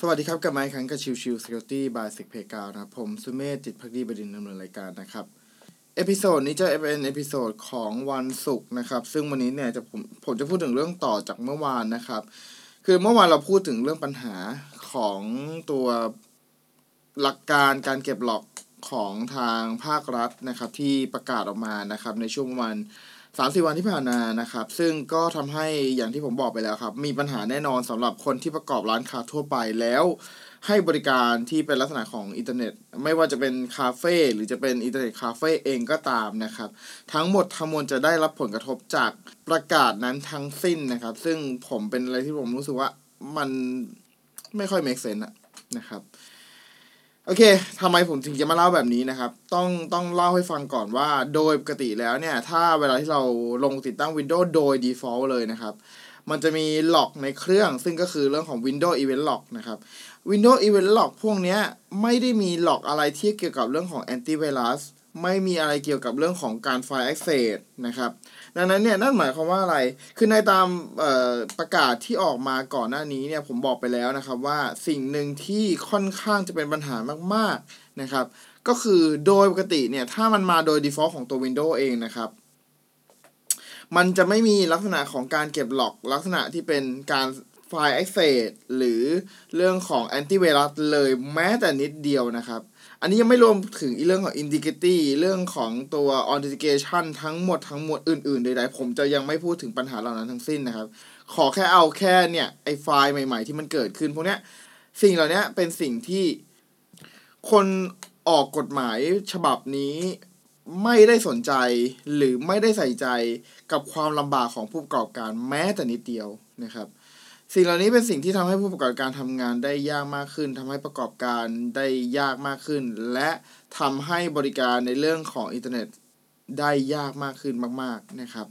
สวัสดีครับกับไมค์ครั้งกับชิว Security by Sec Playground นะครับผมสุเมธจิตภักดีบดินทร์ดำเนินรายการนะครับเอพิโซดนี้จะเป็นเอพิโซดของวันศุกร์นะครับซึ่งวันนี้เนี่ยผมจะพูดถึงเรื่องต่อจากเมื่อวานนะครับคือเมื่อวานเราพูดถึงเรื่องปัญหาของตัวหลักการเก็บหลอกของทางภาครัฐนะครับที่ประกาศออกมานะครับในช่วงประมาณ3-4 วันที่ผ่านมานะครับซึ่งก็ทำให้อย่างที่ผมบอกไปแล้วครับมีปัญหาแน่นอนสำหรับคนที่ประกอบร้านค้าทั่วไปแล้วให้บริการที่เป็นลักษณะของอินเทอร์เน็ตไม่ว่าจะเป็นคาเฟ่หรือจะเป็นอินเทอร์เน็ตคาเฟ่เองก็ตามนะครับทั้งหมดทั้งมวลจะได้รับผลกระทบจากประกาศนั้นทั้งสิ้นนะครับซึ่งผมเป็นอะไรที่ผมรู้สึกว่ามันไม่ค่อย make sense นะครับโอเคทำไมผมถึงจะมาเล่าแบบนี้นะครับต้องเล่าให้ฟังก่อนว่าโดยปกติแล้วเนี่ยถ้าเวลาที่เราลงติดตั้ง Windows โดย default เลยนะครับมันจะมีล็อกในเครื่องซึ่งก็คือเรื่องของ Windows Event Log นะครับ Windows Event Log พวกนี้ไม่ได้มีล็อกอะไรที่เกี่ยวกับเรื่องของ Antivirus ไม่มีอะไรเกี่ยวกับเรื่องของการไฟล์ Access นะครับดังนั้นเนี่ยนั่นหมายความว่าอะไรคือในตามประกาศที่ออกมาก่อนหน้านี้เนี่ยผมบอกไปแล้วนะครับว่าสิ่งหนึ่งที่ค่อนข้างจะเป็นปัญหามากๆนะครับก็คือโดยปกติเนี่ยถ้ามันมาโดย default ของตัว Windows เองนะครับมันจะไม่มีลักษณะของการเก็บล็อกลักษณะที่เป็นการไฟล์ Access หรือเรื่องของ Antivirus เลยแม้แต่นิดเดียวนะครับอันนี้ยังไม่รวมถึงเรื่องของ Integrity เรื่องของตัว Authentication ทั้งหมดอื่นๆใดๆผมจะยังไม่พูดถึงปัญหาเหล่านั้นทั้งสิ้นนะครับขอแค่เอาแค่เนี่ยไอ้ไฟล์ใหม่ๆที่มันเกิดขึ้นพวกเนี้ยสิ่งเหล่านี้เป็นสิ่งที่คนออกกฎหมายฉบับนี้ไม่ได้สนใจหรือไม่ได้ใส่ใจกับความลำบากของผู้ประกอบการแม้แต่นิดเดียวนะครับสิ่งเหล่านี้เป็นสิ่งที่ทำให้ผู้ประกอบการทำงานได้ยากมากขึ้นทำให้ประกอบการได้ยากมากขึ้นและทำให้บริการในเรื่องของอินเทอร์เน็ตได้ยากมากขึ้นมากๆนะครับ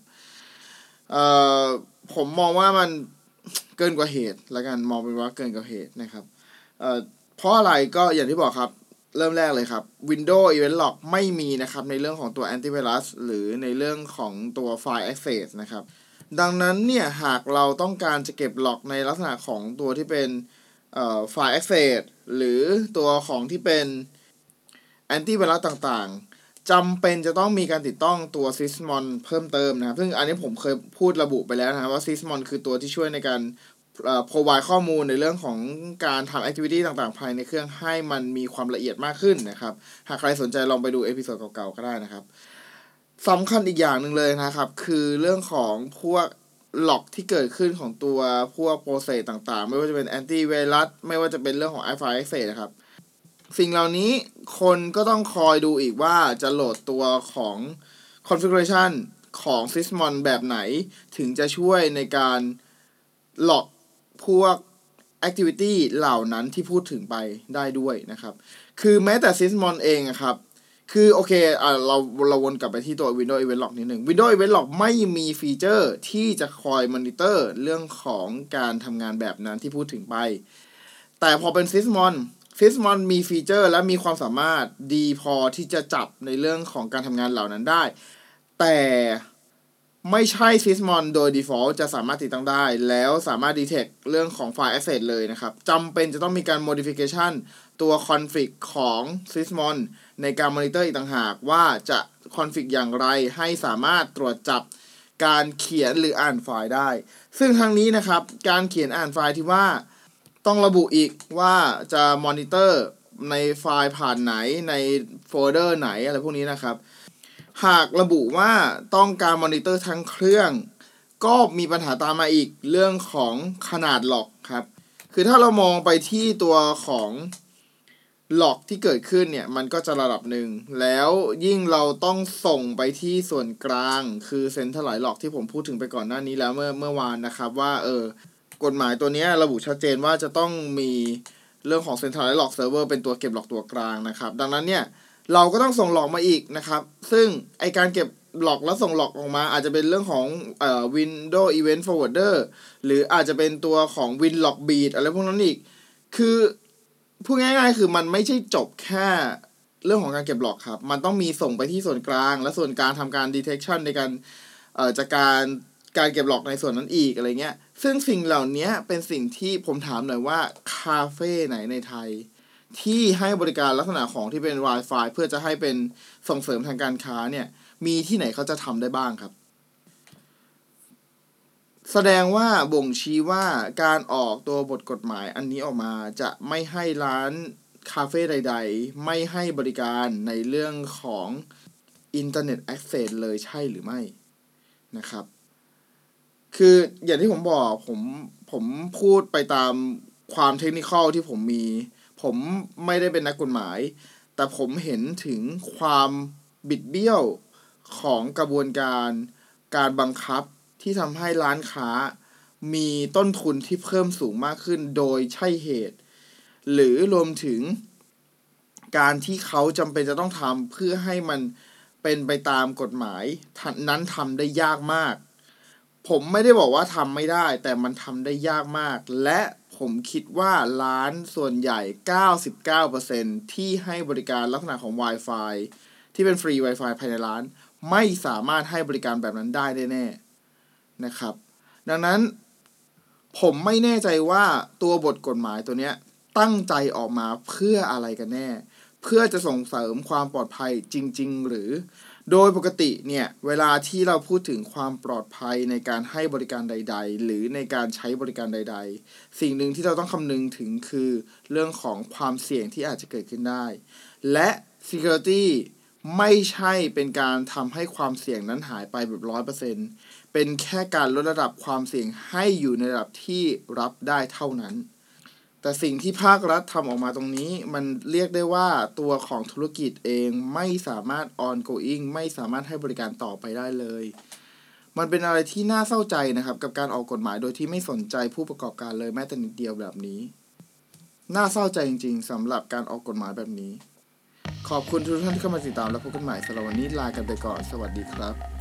ผมมองว่ามันเกินกว่าเหตุละกันมองเป็นว่าเกินกว่าเหตุนะครับเพราะอะไรก็อย่างที่บอกครับเริ่มแรกเลยครับ Windows Event Log ไม่มีนะครับในเรื่องของตัว Antivirus หรือในเรื่องของตัว File Access นะครับดังนั้นเนี่ยหากเราต้องการจะเก็บล็อกในลักษณะของตัวที่เป็นFile Access หรือตัวของที่เป็น Antivirus ต่างๆจำเป็นจะต้องมีการติดตั้งตัว Sysmon เพิ่มเติมนะครับซึ่งอันนี้ผมเคยพูดระบุไปแล้วนะครับว่า Sysmon คือตัวที่ช่วยในการprovide ข้อมูลในเรื่องของการทำ activity ต่างๆภายในเครื่องให้มันมีความละเอียดมากขึ้นนะครับหากใครสนใจลองไปดูเอพิโซดเก่าๆก็ได้นะครับสำคัญอีกอย่างหนึ่งเลยนะครับคือเรื่องของพวกล็อกที่เกิดขึ้นของตัวพวกโปรเซสต่างๆไม่ว่าจะเป็น antivirus ไม่ว่าจะเป็นเรื่องของ iFile Access นะครับสิ่งเหล่านี้คนก็ต้องคอยดูอีกว่าจะโหลดตัวของ configuration ของ Sysmon แบบไหนถึงจะช่วยในการล็อกพวก activity เหล่านั้นที่พูดถึงไปได้ด้วยนะครับคือแม้แต่ Sysmon เองครับคือโอเคเราวนกลับไปที่ตัว Windows Event Log นิดนึง Windows Event Log ไม่มีฟีเจอร์ที่จะคอยมอนิเตอร์เรื่องของการทำงานแบบนั้นที่พูดถึงไปแต่พอเป็น Sysmonมีฟีเจอร์และมีความสามารถดีพอที่จะจับในเรื่องของการทำงานเหล่านั้นได้แต่ไม่ใช่ Sysmon โดย default จะสามารถติดตั้งได้แล้วสามารถ detect เรื่องของ file access เลยนะครับจำเป็นจะต้องมีการ modification ตัว config ของ Sysmon ในการ monitor อีกต่างหากว่าจะ config อย่างไรให้สามารถตรวจจับการเขียนหรืออ่านไฟล์ได้ซึ่งทางนี้นะครับการเขียนอ่านไฟล์ที่ว่าต้องระบุอีกว่าจะ monitor ในไฟล์ผ่านไหนในโฟลเดอร์ไหนอะไรพวกนี้นะครับหากระบุว่าต้องการมอนิเตอร์ทั้งเครื่องก็มีปัญหาตามมาอีกเรื่องของขนาดล็อกครับคือถ้าเรามองไปที่ตัวของล็อกที่เกิดขึ้นเนี่ยมันก็จะระดับหนึ่งแล้วยิ่งเราต้องส่งไปที่ส่วนกลางคือเซ็นเตอร์ไลน์ล็อกที่ผมพูดถึงไปก่อนหน้านี้แล้วเมื่อวานนะครับว่ากฎหมายตัวนี้ระบุชัดเจนว่าจะต้องมีเรื่องของ Centralized Log Server เป็นตัวเก็บล็อกตัวกลางนะครับดังนั้นเนี่ยเราก็ต้องส่งล็อกมาอีกนะครับซึ่งไอการเก็บล็อกแล้วส่งล็อกออกมาอาจจะเป็นเรื่องของWindows Event Forwarder หรืออาจจะเป็นตัวของ WinLogBeat อะไรพวกนั้นอีกคือพูดง่ายๆคือมันไม่ใช่จบแค่เรื่องของการเก็บล็อกครับมันต้องมีส่งไปที่ส่วนกลางและส่วนกลางทำการ detection ในการจากการเก็บล็อกในส่วนนั้นอีกอะไรเงี้ยซึ่งสิ่งเหล่านี้เป็นสิ่งที่ผมถามหน่อยว่าคาเฟ่ไหนในไทยที่ให้บริการลักษณะของที่เป็น Wi-Fi เพื่อจะให้เป็นส่งเสริมทางการค้าเนี่ยมีที่ไหนเขาจะทำได้บ้างครับแสดงว่าบ่งชี้ว่าการออกตัวบทกฎหมายอันนี้ออกมาจะไม่ให้ร้านคาเฟ่ใดๆไม่ให้บริการในเรื่องของอินเทอร์เน็ตแอคเซสเลยใช่หรือไม่นะครับคืออย่างที่ผมบอกผมพูดไปตามความเทคนิคอลที่ผมมีผมไม่ได้เป็นนักกฎหมายแต่ผมเห็นถึงความบิดเบี้ยวของกระบวนการบังคับที่ทำให้ร้านค้ามีต้นทุนที่เพิ่มสูงมากขึ้นโดยใช่เหตุหรือรวมถึงการที่เขาจำเป็นจะต้องทำเพื่อให้มันเป็นไปตามกฎหมายนั้นทำได้ยากมากผมไม่ได้บอกว่าทำไม่ได้แต่มันทำได้ยากมากและผมคิดว่าร้านส่วนใหญ่ 99% ที่ให้บริการลักษณะของ Wi-Fi ที่เป็นฟรี Wi-Fi ภายในร้านไม่สามารถให้บริการแบบนั้นได้แน่ๆนะครับดังนั้นผมไม่แน่ใจว่าตัวบทกฎหมายตัวเนี้ยตั้งใจออกมาเพื่ออะไรกันแน่เพื่อจะส่งเสริมความปลอดภัยจริงๆหรือโดยปกติเนี่ยเวลาที่เราพูดถึงความปลอดภัยในการให้บริการใดๆหรือในการใช้บริการใดๆสิ่งหนึ่งที่เราต้องคำนึงถึงคือเรื่องของความเสี่ยงที่อาจจะเกิดขึ้นได้และ security ไม่ใช่เป็นการทำให้ความเสี่ยงนั้นหายไปแบบ 100% เป็นแค่การลดระดับความเสี่ยงให้อยู่ในระดับที่รับได้เท่านั้นแต่สิ่งที่ภาครัฐทำออกมาตรงนี้มันเรียกได้ว่าตัวของธุรกิจเองไม่สามารถ ongoing ไม่สามารถให้บริการต่อไปได้เลยมันเป็นอะไรที่น่าเศร้าใจนะครับกับการออกกฎหมายโดยที่ไม่สนใจผู้ประกอบการเลยแม้แต่นิดเดียวแบบนี้น่าเศร้าใจจริงๆสำหรับการออกกฎหมายแบบนี้ขอบคุณทุกท่านที่เข้ามาติดตามและพบกันใหม่สำหรับวันนี้ลากันไปก่อนสวัสดีครับ